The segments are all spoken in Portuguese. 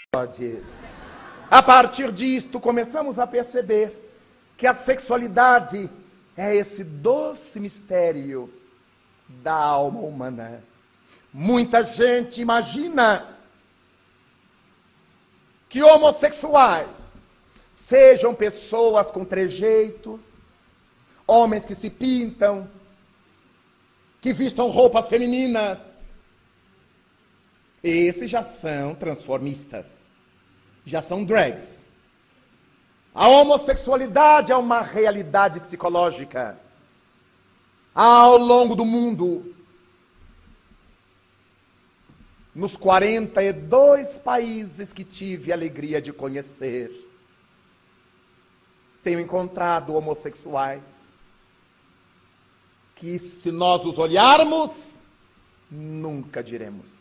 A partir disto, começamos a perceber que a sexualidade é esse doce mistério da alma humana. Muita gente imagina que homossexuais sejam pessoas com trejeitos, homens que se pintam, que vistam roupas femininas. Esses já são transformistas, já são drags. A homossexualidade é uma realidade psicológica. Ao longo do mundo, nos 42 países que tive a alegria de conhecer, tenho encontrado homossexuais que, se nós os olharmos, nunca diremos.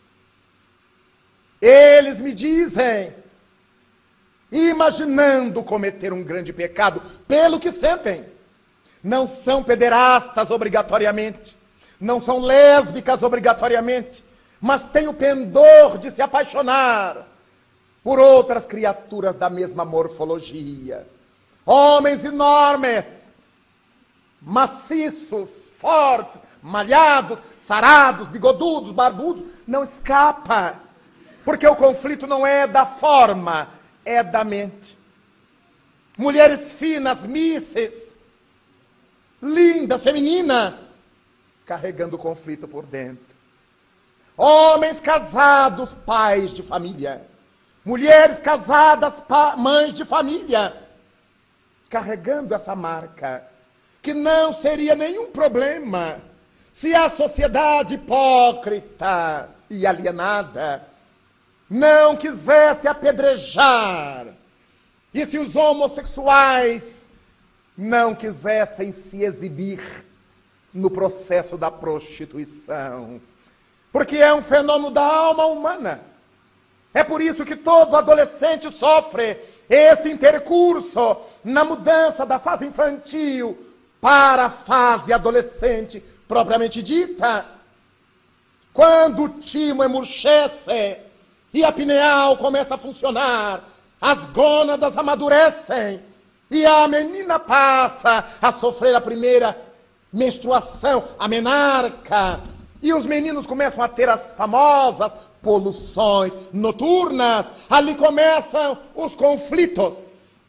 Eles me dizem, imaginando cometer um grande pecado, pelo que sentem. Não são pederastas obrigatoriamente, não são lésbicas obrigatoriamente, mas têm o pendor de se apaixonar por outras criaturas da mesma morfologia. Homens enormes, maciços, fortes, malhados, sarados, bigodudos, barbudos, não escapa. Porque o conflito não é da forma, é da mente. Mulheres finas, misses, lindas, femininas, carregando o conflito por dentro. Homens casados, pais de família. Mulheres casadas, mães de família, carregando essa marca, que não seria nenhum problema se a sociedade hipócrita e alienada não quisesse apedrejar, e se os homossexuais não quisessem se exibir no processo da prostituição, porque é um fenômeno da alma humana. É por isso que todo adolescente sofre esse intercurso na mudança da fase infantil para a fase adolescente propriamente dita. Quando o timo emurchece e a pineal começa a funcionar, as gônadas amadurecem e a menina passa a sofrer a primeira menstruação, a menarca, e os meninos começam a ter as famosas poluições noturnas. Ali começam os conflitos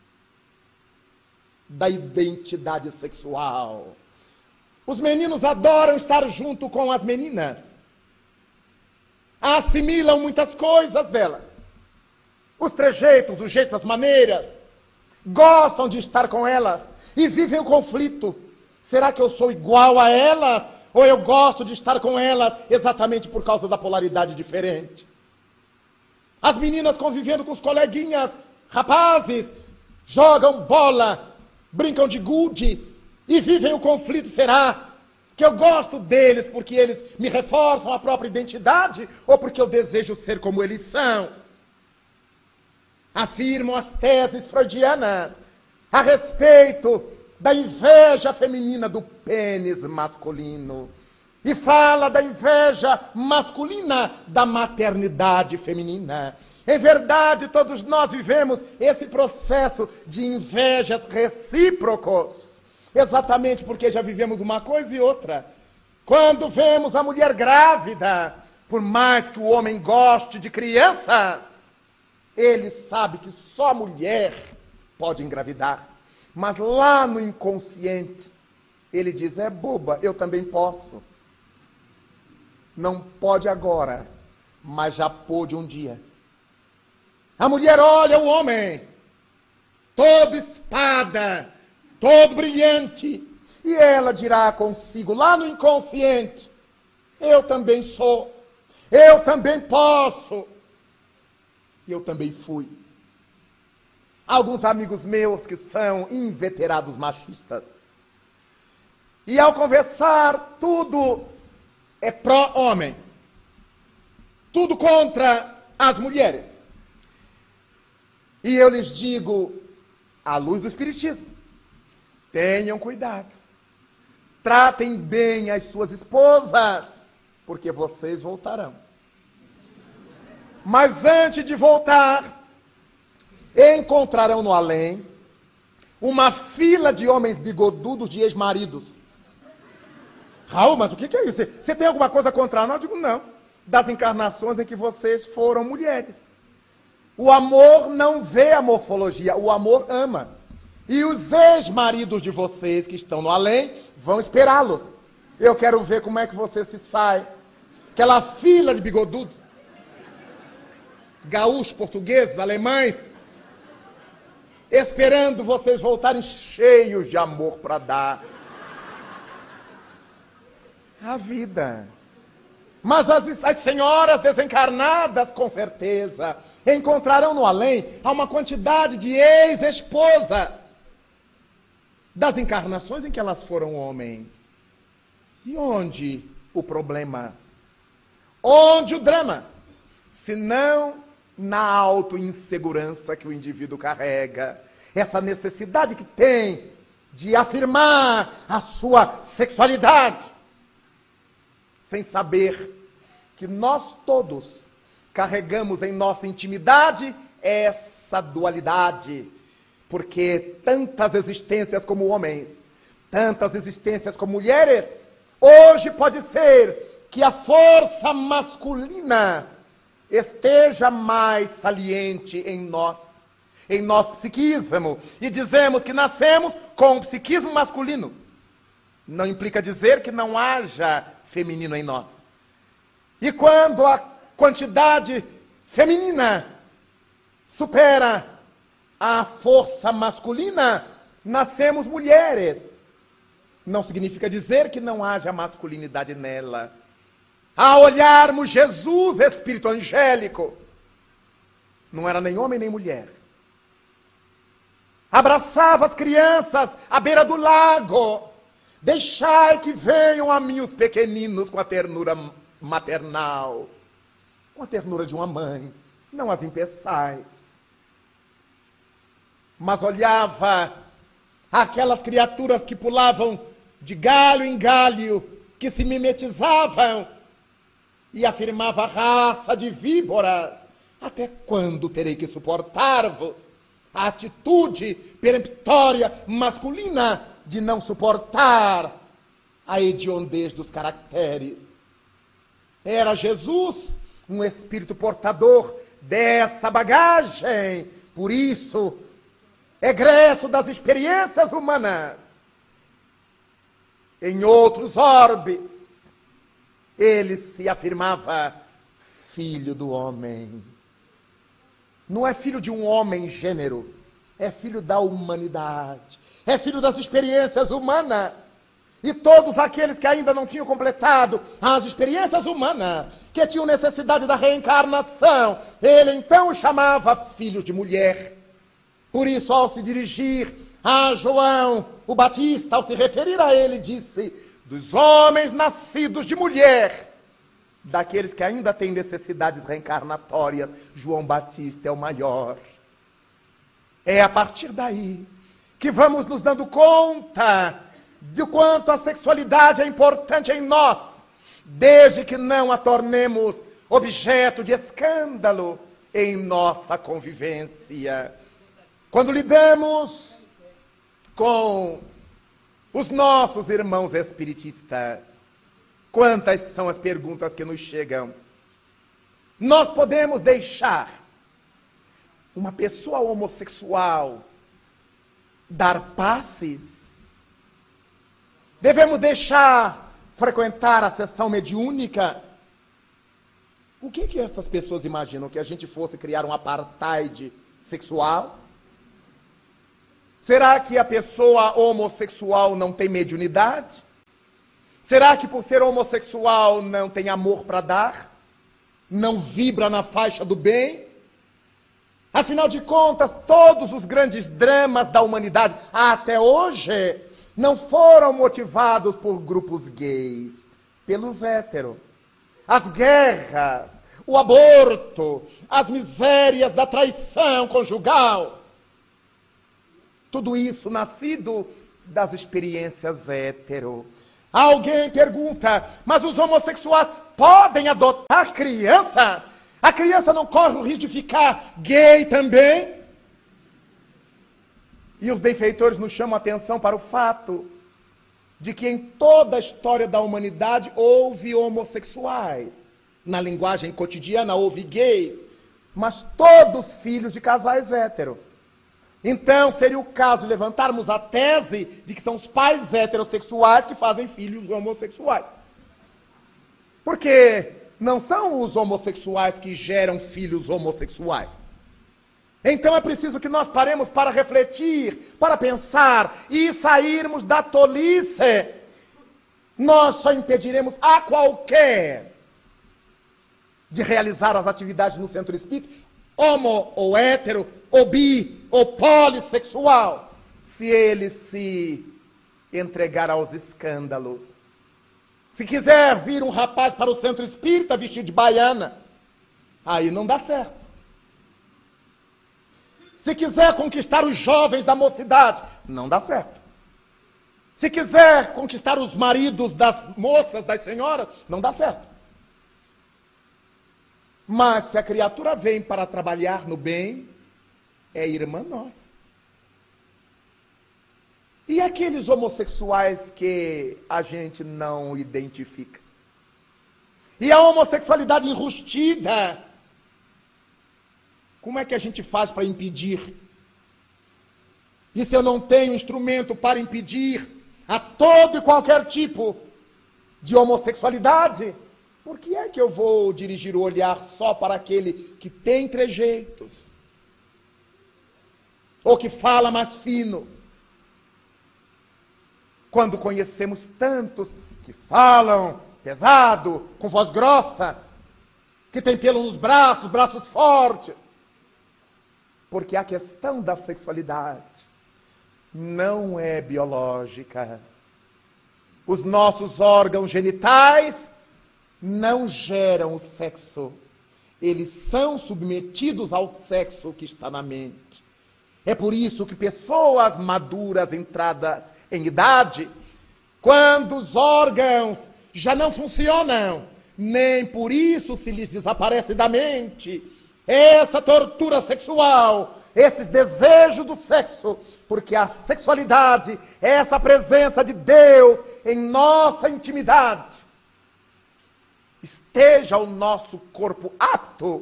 da identidade sexual. Os meninos adoram estar junto com as meninas, assimilam muitas coisas dela, os trejeitos, os jeitos, as maneiras, gostam de estar com elas e vivem o conflito. Será que eu sou igual a elas? Ou eu gosto de estar com elas exatamente por causa da polaridade diferente? As meninas convivendo com os coleguinhas rapazes, jogam bola, brincam de gude e vivem o conflito. Será que eu gosto deles porque eles me reforçam a própria identidade, ou porque eu desejo ser como eles são? Afirmam as teses freudianas a respeito da inveja feminina do pênis masculino, e fala da inveja masculina da maternidade feminina. Em verdade, todos nós vivemos esse processo de invejas recíprocos, exatamente porque já vivemos uma coisa e outra. Quando vemos a mulher grávida, por mais que o homem goste de crianças, ele sabe que só a mulher pode engravidar. Mas lá no inconsciente, ele diz, é boba, eu também posso. Não pode agora, mas já pôde um dia. A mulher olha o homem, todo espada, todo brilhante, e ela dirá consigo, lá no inconsciente, eu também sou, eu também posso, eu também fui. Alguns amigos meus que são inveterados machistas, e ao conversar, tudo é pró-homem, tudo contra as mulheres. E eu lhes digo, à luz do Espiritismo, tenham cuidado, tratem bem as suas esposas, porque vocês voltarão. Mas antes de voltar, encontrarão no além uma fila de homens bigodudos de ex-maridos. Raul, mas o que é isso? Você tem alguma coisa contra nós? Eu digo, não. Das encarnações em que vocês foram mulheres. O amor não vê a morfologia, o amor ama. E os ex-maridos de vocês que estão no além vão esperá-los. Eu quero ver como é que você se sai. Aquela fila de bigodudo. Gaúchos, portugueses, alemães. Esperando vocês voltarem cheios de amor para dar. A vida. Mas as senhoras desencarnadas, com certeza, encontrarão no além uma quantidade de ex-esposas das encarnações em que elas foram homens. E onde o problema? Onde o drama? Se não na auto-insegurança que o indivíduo carrega, essa necessidade que tem de afirmar a sua sexualidade, sem saber que nós todos carregamos em nossa intimidade essa dualidade, porque tantas existências como homens, tantas existências como mulheres, hoje pode ser que a força masculina esteja mais saliente em nosso psiquismo, e dizemos que nascemos com o psiquismo masculino. Não implica dizer que não haja feminino em nós. E quando a quantidade feminina supera a força masculina, nascemos mulheres. Não significa dizer que não haja masculinidade nela. Ao olharmos Jesus, espírito angélico, não era nem homem nem mulher. Abraçava as crianças à beira do lago. Deixai que venham a mim os pequeninos com a ternura maternal, com a ternura de uma mãe, não as impeçais. Mas olhava aquelas criaturas que pulavam de galho em galho, que se mimetizavam, e afirmava: raça de víboras, até quando terei que suportar-vos? A atitude peremptória masculina de não suportar a hediondez dos caracteres. Era Jesus um espírito portador dessa bagagem, por isso, egresso das experiências humanas. Em outros orbes, ele se afirmava filho do homem. Não é filho de um homem gênero, é filho da humanidade, é filho das experiências humanas. E todos aqueles que ainda não tinham completado as experiências humanas, que tinham necessidade da reencarnação, ele então chamava filhos de mulher. Por isso, ao se dirigir a João o Batista, ao se referir a ele, disse: dos homens nascidos de mulher, daqueles que ainda têm necessidades reencarnatórias, João Batista é o maior. É a partir daí que vamos nos dando conta de quanto a sexualidade é importante em nós, desde que não a tornemos objeto de escândalo em nossa convivência. Quando lidamos com os nossos irmãos espiritistas, quantas são as perguntas que nos chegam? Nós podemos deixar uma pessoa homossexual dar passes? Devemos deixar frequentar a sessão mediúnica? O que essas pessoas imaginam? Que a gente fosse criar um apartheid sexual? Será que a pessoa homossexual não tem mediunidade? Será que por ser homossexual não tem amor para dar? Não vibra na faixa do bem? Afinal de contas, todos os grandes dramas da humanidade até hoje não foram motivados por grupos gays, pelos héteros. As guerras, o aborto, as misérias da traição conjugal, tudo isso nascido das experiências hétero. Alguém pergunta: mas os homossexuais podem adotar crianças? A criança não corre o risco de ficar gay também? E os benfeitores nos chamam a atenção para o fato de que em toda a história da humanidade houve homossexuais. Na linguagem cotidiana houve gays, mas todos filhos de casais héteros. Então seria o caso de levantarmos a tese de que são os pais heterossexuais que fazem filhos homossexuais. Porque não são os homossexuais que geram filhos homossexuais. Então é preciso que nós paremos para refletir, para pensar e sairmos da tolice. Nós só impediremos a qualquer de realizar as atividades no centro espírita, homo ou hétero, ou bi, ou polissexual, se ele se entregar aos escândalos. Se quiser vir um rapaz para o centro espírita vestido de baiana, aí não dá certo. Se quiser conquistar os jovens da mocidade, não dá certo. Se quiser conquistar os maridos das moças, das senhoras, não dá certo. Mas se a criatura vem para trabalhar no bem, é irmã nossa. E aqueles homossexuais que a gente não identifica? E a homossexualidade enrustida? Como é que a gente faz para impedir? E se eu não tenho instrumento para impedir a todo e qualquer tipo de homossexualidade, por que é que eu vou dirigir o olhar só para aquele que tem trejeitos? Ou que fala mais fino? Quando conhecemos tantos que falam pesado, com voz grossa, que tem pelo nos braços, braços fortes. Porque a questão da sexualidade não é biológica. Os nossos órgãos genitais não geram o sexo. Eles são submetidos ao sexo que está na mente. É por isso que pessoas maduras, entradas em idade, quando os órgãos já não funcionam, nem por isso se lhes desaparece da mente essa tortura sexual, esses desejos do sexo, porque a sexualidade é essa presença de Deus em nossa intimidade. Esteja o nosso corpo apto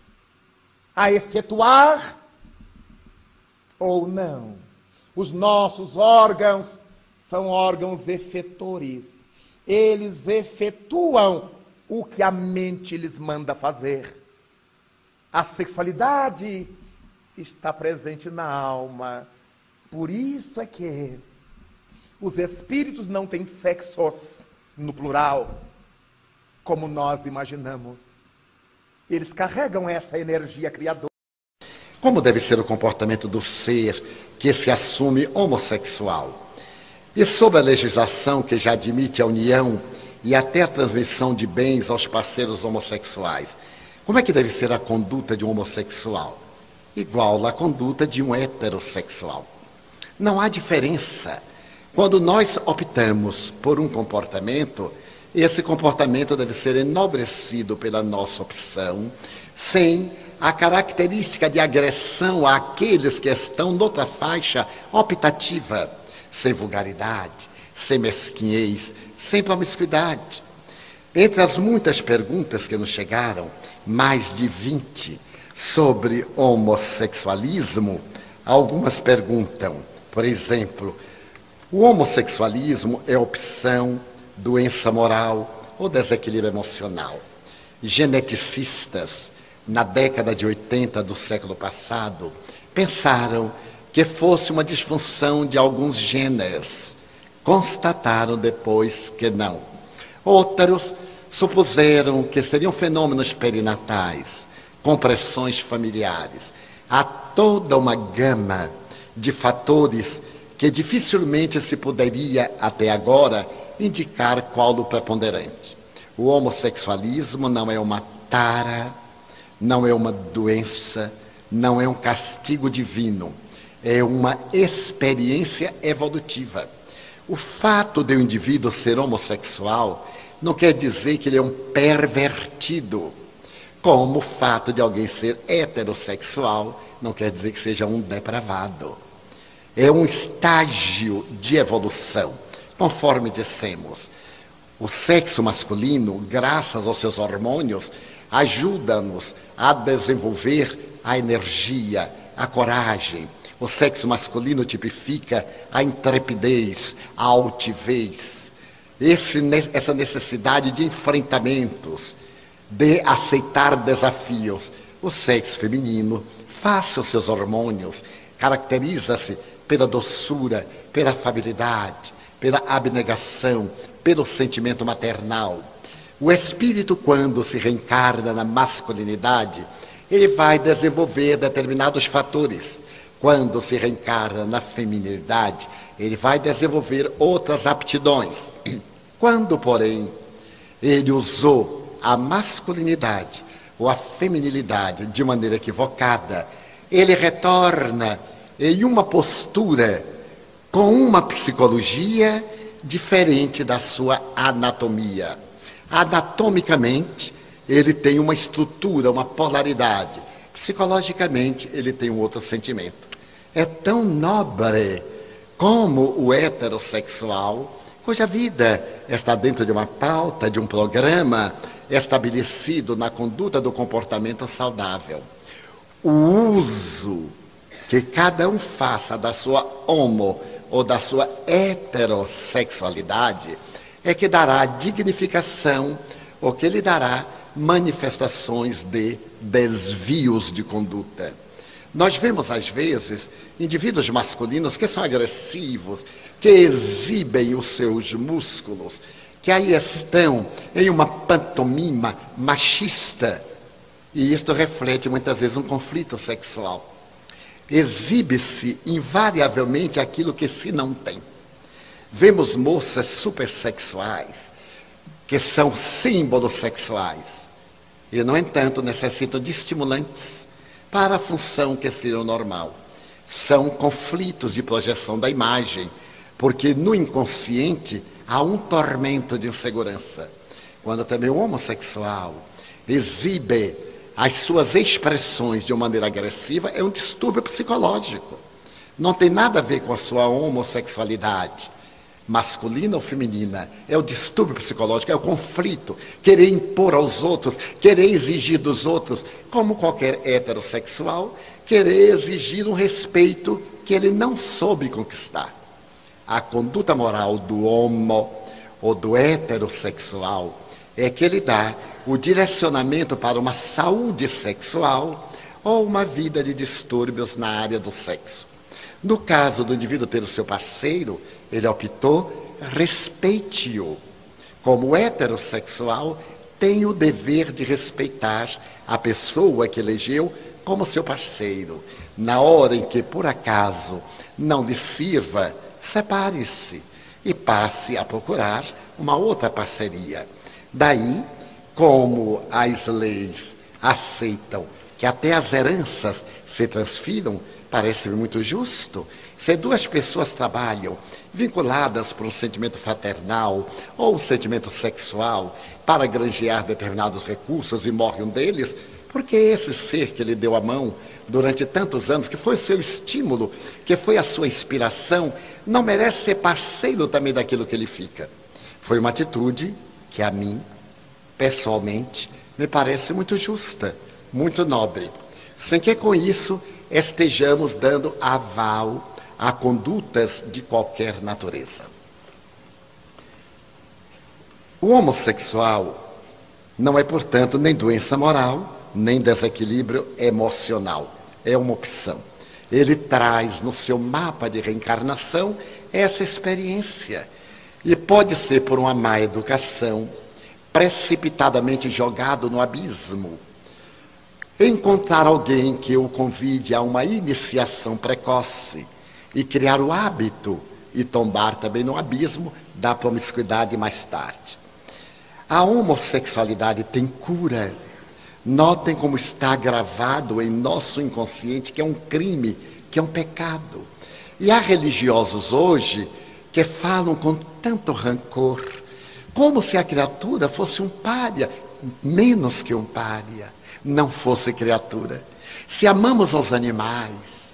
a efetuar ou não. Os nossos órgãos são órgãos efetores. Eles efetuam o que a mente lhes manda fazer. A sexualidade está presente na alma. Por isso é que os espíritos não têm sexos no plural, como nós imaginamos. Eles carregam essa energia criadora. Como deve ser o comportamento do ser que se assume homossexual? E sob a legislação que já admite a união e até a transmissão de bens aos parceiros homossexuais, como é que deve ser a conduta de um homossexual? Igual à conduta de um heterossexual. Não há diferença. Quando nós optamos por um comportamento, esse comportamento deve ser enobrecido pela nossa opção, sem a característica de agressão àqueles que estão noutra faixa optativa, sem vulgaridade, sem mesquinhez, sem promiscuidade. Entre as muitas perguntas que nos chegaram, mais de 20, sobre homossexualismo, algumas perguntam, por exemplo, o homossexualismo é opção, doença moral ou desequilíbrio emocional? Geneticistas, na década de 80 do século passado, pensaram que fosse uma disfunção de alguns genes. Constataram depois que não. Outros supuseram que seriam fenômenos perinatais, compressões familiares. Há toda uma gama de fatores que dificilmente se poderia, até agora, indicar qual o preponderante. O homossexualismo não é uma tara, não é uma doença, não é um castigo divino, é uma experiência evolutiva. O fato de o indivíduo ser homossexual não quer dizer que ele é um pervertido, como o fato de alguém ser heterossexual não quer dizer que seja um depravado. é um estágio de evolução, conforme dissemos. O sexo masculino, graças aos seus hormônios, ajuda-nos a desenvolver a energia, a coragem. O sexo masculino tipifica a intrepidez, a altivez, essa necessidade de enfrentamentos, de aceitar desafios. O sexo feminino, face aos seus hormônios, caracteriza-se pela doçura, pela afabilidade, pela abnegação, pelo sentimento maternal. O espírito, quando se reencarna na masculinidade, ele vai desenvolver determinados fatores. Quando se reencarna na feminilidade, ele vai desenvolver outras aptidões. Quando, porém, ele usou a masculinidade ou a feminilidade de maneira equivocada, ele retorna em uma postura com uma psicologia diferente da sua anatomia. Anatomicamente, ele tem uma estrutura, uma polaridade. Psicologicamente, ele tem um outro sentimento. É tão nobre como o heterossexual, cuja vida está dentro de uma pauta, de um programa estabelecido na conduta do comportamento saudável. O uso que cada um faça da sua homo ou da sua heterossexualidade é que dará dignificação ou que lhe dará manifestações de desvios de conduta. Nós vemos, às vezes, indivíduos masculinos que são agressivos, que exibem os seus músculos, que aí estão em uma pantomima machista, e isto reflete muitas vezes um conflito sexual. Exibe-se invariavelmente aquilo que se não tem. Vemos moças supersexuais, que são símbolos sexuais, e, no entanto, necessitam de estimulantes para a função que seria o normal. São conflitos de projeção da imagem, porque no inconsciente há um tormento de insegurança. Quando também o homossexual exibe as suas expressões de uma maneira agressiva, é um distúrbio psicológico. Não tem nada a ver com a sua homossexualidade, masculina ou feminina. É o distúrbio psicológico, é o conflito, querer impor aos outros, querer exigir dos outros, como qualquer heterossexual, querer exigir um respeito que ele não soube conquistar. A conduta moral do homo ou do heterossexual é que ele dá o direcionamento para uma saúde sexual ou uma vida de distúrbios na área do sexo. No caso do indivíduo ter o seu parceiro, ele optou, respeite-o. Como heterossexual, tem o dever de respeitar a pessoa que elegeu como seu parceiro. Na hora em que, por acaso, não lhe sirva, separe-se e passe a procurar uma outra parceria. Daí, como as leis aceitam que até as heranças se transfiram, parece-me muito justo. Se duas pessoas trabalham vinculadas por um sentimento fraternal ou um sentimento sexual para granjear determinados recursos e morre um deles, porque esse ser que lhe deu a mão durante tantos anos, que foi o seu estímulo, que foi a sua inspiração, não merece ser parceiro também daquilo que ele fica. Foi uma atitude que a mim, pessoalmente, me parece muito justa, muito nobre, sem que com isso estejamos dando aval a condutas de qualquer natureza. O homossexual não é, portanto, nem doença moral, nem desequilíbrio emocional. É uma opção. Ele traz no seu mapa de reencarnação essa experiência. E pode ser por uma má educação, precipitadamente jogado no abismo. Encontrar alguém que o convide a uma iniciação precoce e criar o hábito e tombar também no abismo da promiscuidade mais tarde. A homossexualidade tem cura. Notem como está gravado em nosso inconsciente que é um crime, que é um pecado. E há religiosos hoje que falam com tanto rancor, como se a criatura fosse um pária, menos que um pária, não fosse criatura. Se amamos aos animais,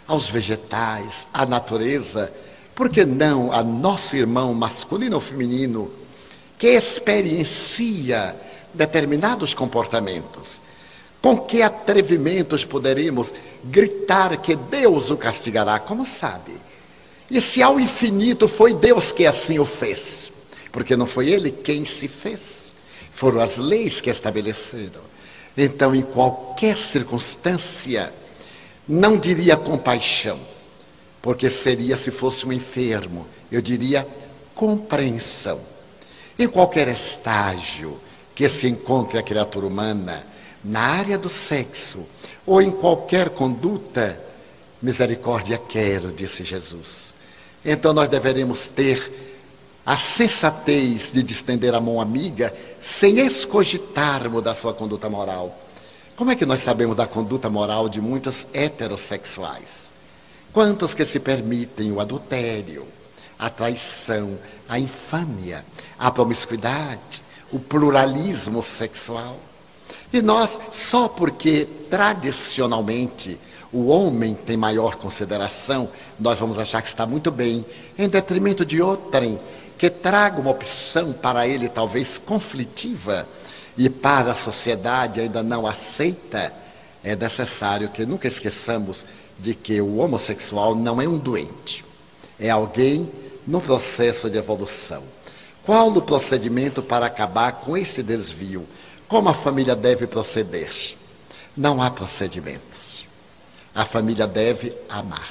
aos vegetais, à natureza, por que não a nosso irmão masculino ou feminino que experiencia determinados comportamentos? Com que atrevimentos poderemos gritar que Deus o castigará? Como sabe? E se ao infinito foi Deus que assim o fez? Porque não foi ele quem se fez. Foram as leis que estabeleceram. Então, em qualquer circunstância, não diria compaixão, porque seria se fosse um enfermo. Eu diria compreensão. Em qualquer estágio que se encontre a criatura humana, na área do sexo, ou em qualquer conduta, misericórdia quero, disse Jesus. Então nós deveremos ter a sensatez de estender a mão amiga, sem escogitarmos da sua conduta moral. Como é que nós sabemos da conduta moral de muitos heterossexuais? Quantos que se permitem o adultério, a traição, a infâmia, a promiscuidade, o pluralismo sexual? E nós, só porque tradicionalmente o homem tem maior consideração, nós vamos achar que está muito bem, em detrimento de outrem, que traga uma opção para ele talvez conflitiva, e para a sociedade ainda não aceita. É necessário que nunca esqueçamos de que o homossexual não é um doente, é alguém no processo de evolução. Qual o procedimento para acabar com esse desvio? Como a família deve proceder? Não há procedimentos. A família deve amar.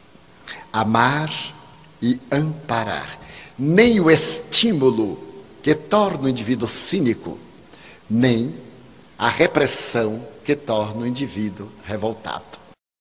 Amar e amparar. Nem o estímulo que torna o indivíduo cínico, nem a repressão que torna o indivíduo revoltado.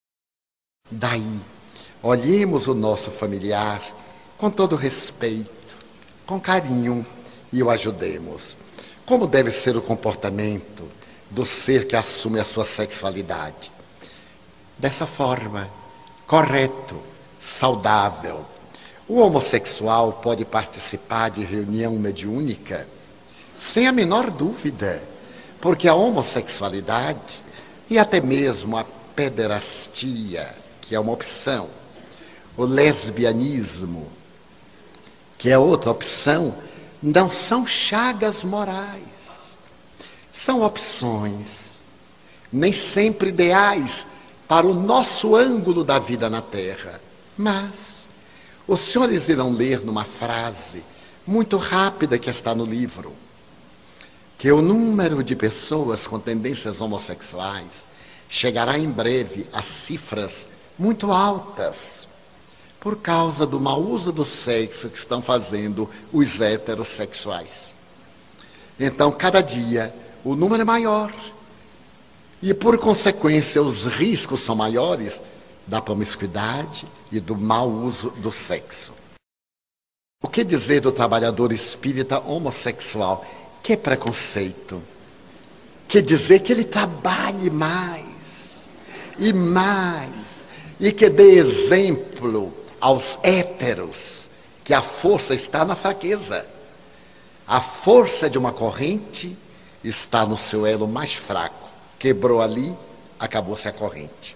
Daí, olhemos o nosso familiar com todo respeito, com carinho, e o ajudemos. Como deve ser o comportamento do ser que assume a sua sexualidade? Dessa forma, correto, saudável. O homossexual pode participar de reunião mediúnica sem a menor dúvida, porque a homossexualidade e até mesmo a pederastia, que é uma opção, o lesbianismo, que é outra opção, não são chagas morais, são opções, nem sempre ideais para o nosso ângulo da vida na Terra. Mas os senhores irão ler numa frase muito rápida que está no livro, que o número de pessoas com tendências homossexuais chegará em breve a cifras muito altas, por causa do mau uso do sexo que estão fazendo os heterossexuais. Então, cada dia, o número é maior. E, por consequência, os riscos são maiores da promiscuidade e do mau uso do sexo. O que dizer do trabalhador espírita homossexual? Que preconceito. Que dizer que ele trabalhe mais e mais, e que dê exemplo aos héteros, que a força está na fraqueza. A força de uma corrente está no seu elo mais fraco. Quebrou ali, acabou-se a corrente.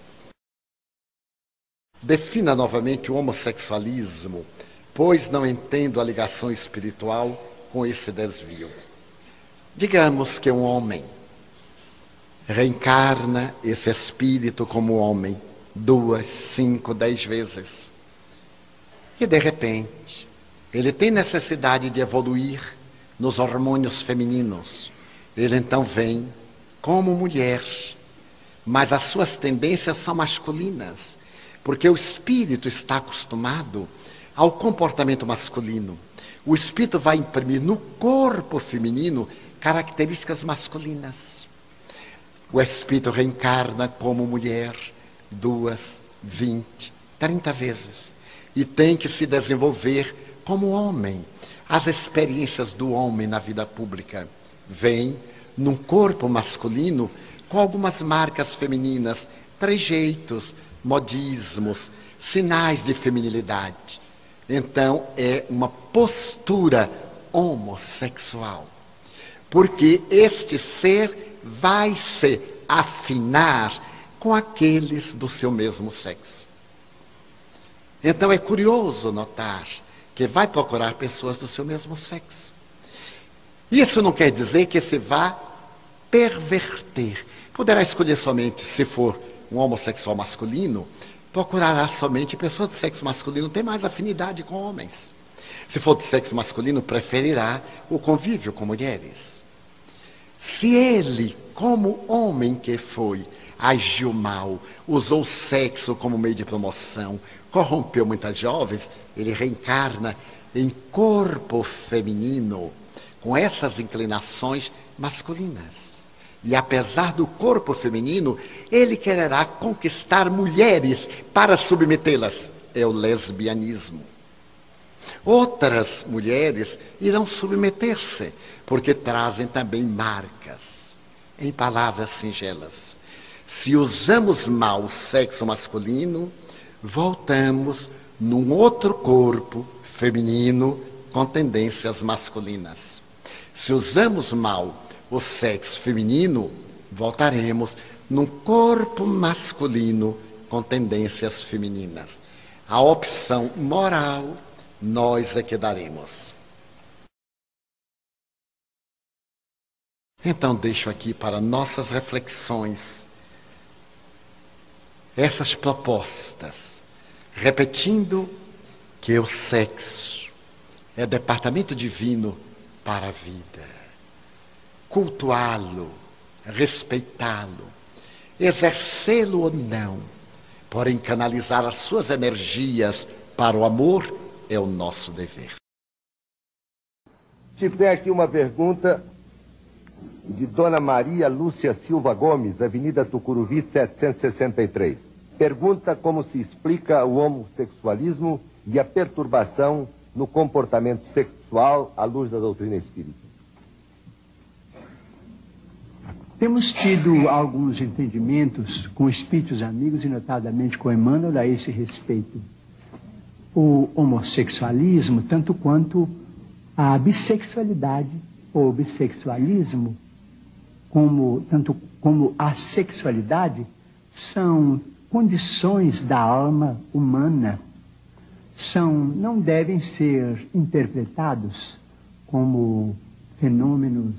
Defina novamente o homossexualismo, pois não entendo a ligação espiritual com esse desvio. Digamos que um homem reencarna esse espírito como homem 2, 5, 10 vezes. E de repente, ele tem necessidade de evoluir nos hormônios femininos. Ele então vem como mulher, mas as suas tendências são masculinas, porque o espírito está acostumado ao comportamento masculino. O espírito vai imprimir no corpo feminino características masculinas. O espírito reencarna como mulher 2, 20, 30 vezes. E tem que se desenvolver como homem. As experiências do homem na vida pública vêm num corpo masculino com algumas marcas femininas, trejeitos, modismos, sinais de feminilidade. Então é uma postura homossexual. Porque este ser vai se afinar com aqueles do seu mesmo sexo. Então é curioso notar que vai procurar pessoas do seu mesmo sexo. Isso não quer dizer que se vá perverter. Poderá escolher somente, se for um homossexual masculino, procurará somente pessoas do sexo masculino, tem mais afinidade com homens. Se for do sexo masculino, preferirá o convívio com mulheres. Se ele, como homem que foi, agiu mal, usou o sexo como meio de promoção, corrompeu muitas jovens, ele reencarna em corpo feminino, com essas inclinações masculinas. E apesar do corpo feminino, ele quererá conquistar mulheres para submetê-las. É o lesbianismo. Outras mulheres irão submeter-se, porque trazem também marcas. Em palavras singelas, se usamos mal o sexo masculino, voltamos num outro corpo feminino com tendências masculinas. Se usamos mal o sexo feminino, voltaremos num corpo masculino com tendências femininas. A opção moral nós é que daremos. Então deixo aqui para nossas reflexões essas propostas, repetindo que o sexo é departamento divino para a vida. Cultuá-lo, respeitá-lo, exercê-lo ou não, porém canalizar as suas energias para o amor é o nosso dever. Chico, tem aqui uma pergunta de Dona Maria Lúcia Silva Gomes, Avenida Tucuruvi, 763. Pergunta como se explica o homossexualismo e a perturbação no comportamento sexual à luz da doutrina espírita. Temos tido alguns entendimentos com espíritos amigos e notadamente com Emmanuel a esse respeito. O homossexualismo, tanto quanto a bissexualidade ou bissexualismo, tanto como a sexualidade, são condições da alma humana, não devem ser interpretados como fenômenos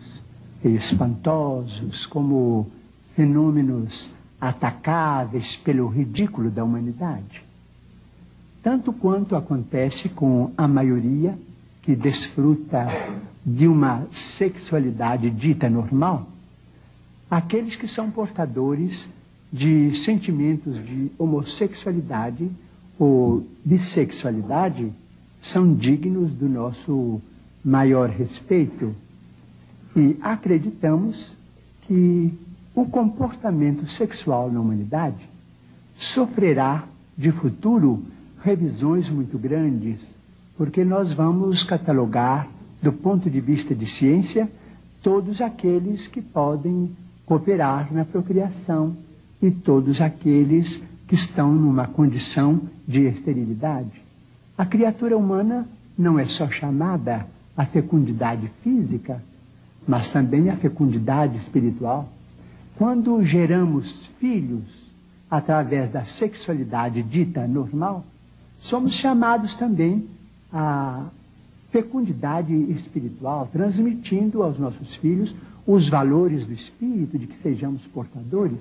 espantosos, como fenômenos atacáveis pelo ridículo da humanidade. Tanto quanto acontece com a maioria que desfruta de uma sexualidade dita normal, aqueles que são portadores de sentimentos de homossexualidade ou bissexualidade são dignos do nosso maior respeito. E acreditamos que o comportamento sexual na humanidade sofrerá de futuro revisões muito grandes, porque nós vamos catalogar, do ponto de vista de ciência, todos aqueles que podem cooperar na procriação e todos aqueles que estão numa condição de esterilidade. A criatura humana não é só chamada à fecundidade física, mas também à fecundidade espiritual. Quando geramos filhos através da sexualidade dita normal, somos chamados também à fecundidade espiritual, transmitindo aos nossos filhos os valores do espírito de que sejamos portadores.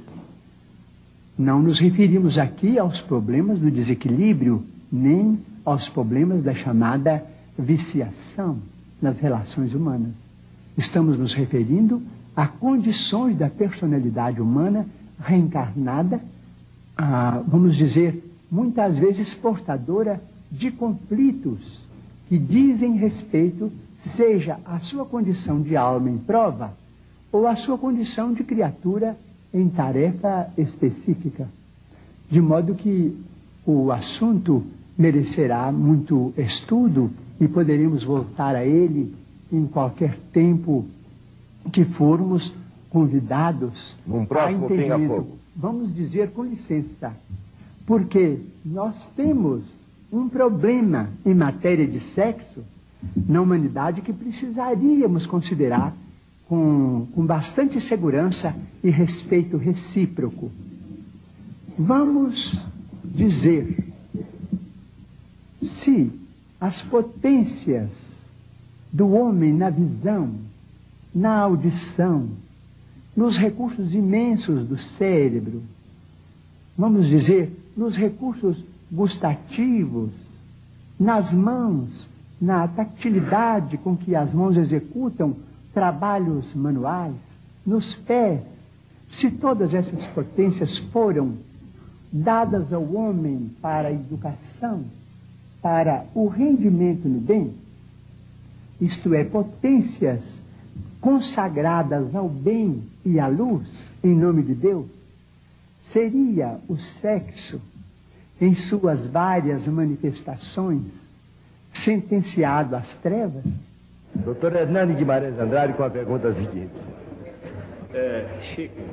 Não nos referimos aqui aos problemas do desequilíbrio, nem aos problemas da chamada viciação nas relações humanas. Estamos nos referindo a condições da personalidade humana reencarnada, vamos dizer, muitas vezes portadora de conflitos que dizem respeito, seja a sua condição de alma em prova, ou a sua condição de criatura em tarefa específica. De modo que o assunto merecerá muito estudo e poderemos voltar a ele em qualquer tempo que formos convidados num próximo a Vamos dizer com licença, porque nós temos um problema em matéria de sexo na humanidade que precisaríamos considerar com bastante segurança e respeito recíproco. Vamos dizer se as potências do homem na visão, na audição, nos recursos imensos do cérebro, vamos dizer, nos recursos gustativos, nas mãos, na tactilidade com que as mãos executam trabalhos manuais, nos pés, se todas essas potências foram dadas ao homem para a educação, para o rendimento no bem, isto é, potências consagradas ao bem e à luz, em nome de Deus, seria o sexo, em suas várias manifestações, sentenciado às trevas? Doutor Hernani Guimarães Andrade com a pergunta seguinte. Chico,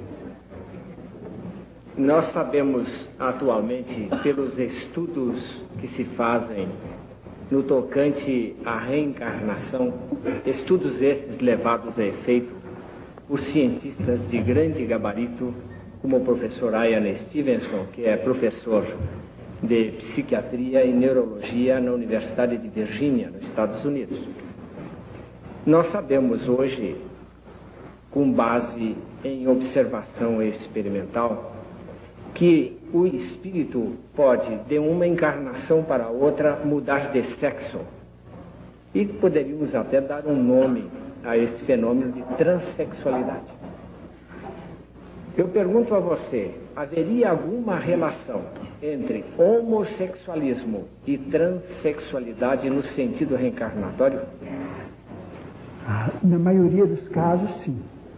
nós sabemos atualmente, pelos estudos que se fazem no tocante à reencarnação, estudos esses levados a efeito por cientistas de grande gabarito, como o professor Ian Stevenson, que é professor de psiquiatria e neurologia na Universidade de Virgínia, nos Estados Unidos. Nós sabemos hoje, com base em observação experimental, que o espírito pode, de uma encarnação para outra, mudar de sexo. E poderíamos até dar um nome a esse fenômeno de transexualidade. Eu pergunto a você, haveria alguma relação entre homossexualismo e transexualidade no sentido reencarnatório? Na maioria dos casos, sim.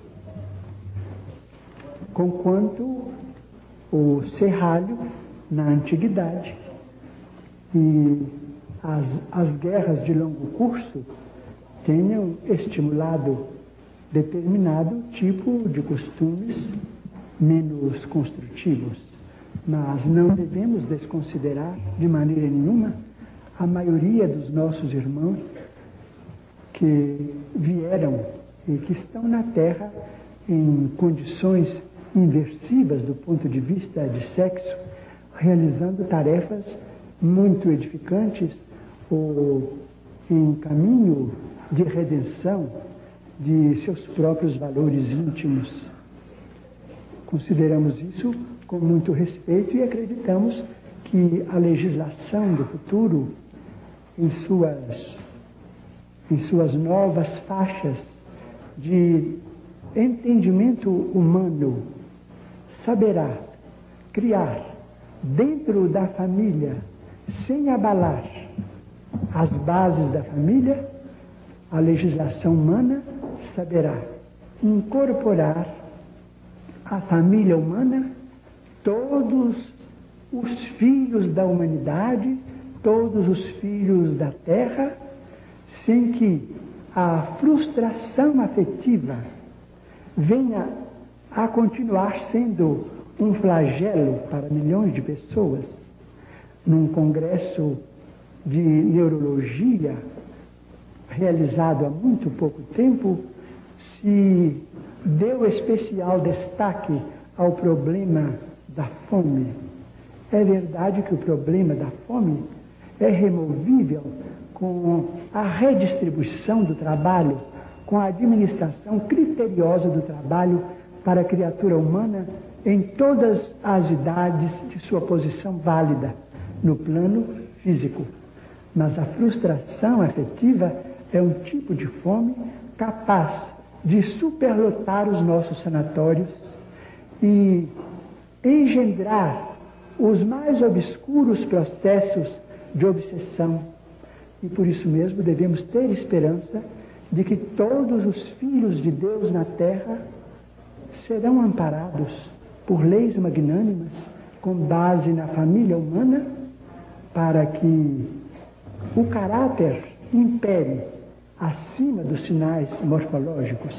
Conquanto o serralho, na antiguidade, e as guerras de longo curso tenham estimulado determinado tipo de costumes menos construtivos. Mas não devemos desconsiderar de maneira nenhuma a maioria dos nossos irmãos que vieram e que estão na Terra em condições inversivas do ponto de vista de sexo, realizando tarefas muito edificantes ou em caminho de redenção de seus próprios valores íntimos. Consideramos isso com muito respeito e acreditamos que a legislação do futuro, em suas novas faixas de entendimento humano, saberá criar dentro da família, sem abalar as bases da família, a legislação humana saberá incorporar à família humana todos os filhos da humanidade, todos os filhos da terra, sem que a frustração afetiva venha a continuar sendo um flagelo para milhões de pessoas. Num congresso de neurologia realizado há muito pouco tempo, se deu especial destaque ao problema da fome. É verdade que o problema da fome é removível com a redistribuição do trabalho, com a administração criteriosa do trabalho para a criatura humana em todas as idades de sua posição válida no plano físico. Mas a frustração afetiva é um tipo de fome capaz de superlotar os nossos sanatórios e engendrar os mais obscuros processos de obsessão. E por isso mesmo devemos ter esperança de que todos os filhos de Deus na terra serão amparados por leis magnânimas com base na família humana, para que o caráter impere acima dos sinais morfológicos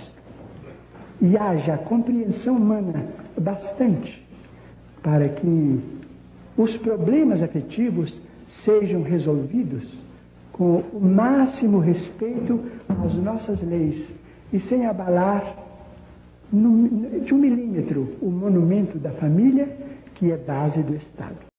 e haja compreensão humana bastante para que os problemas afetivos sejam resolvidos com o máximo respeito às nossas leis e sem abalar de 1 milímetro o monumento da família, que é base do Estado.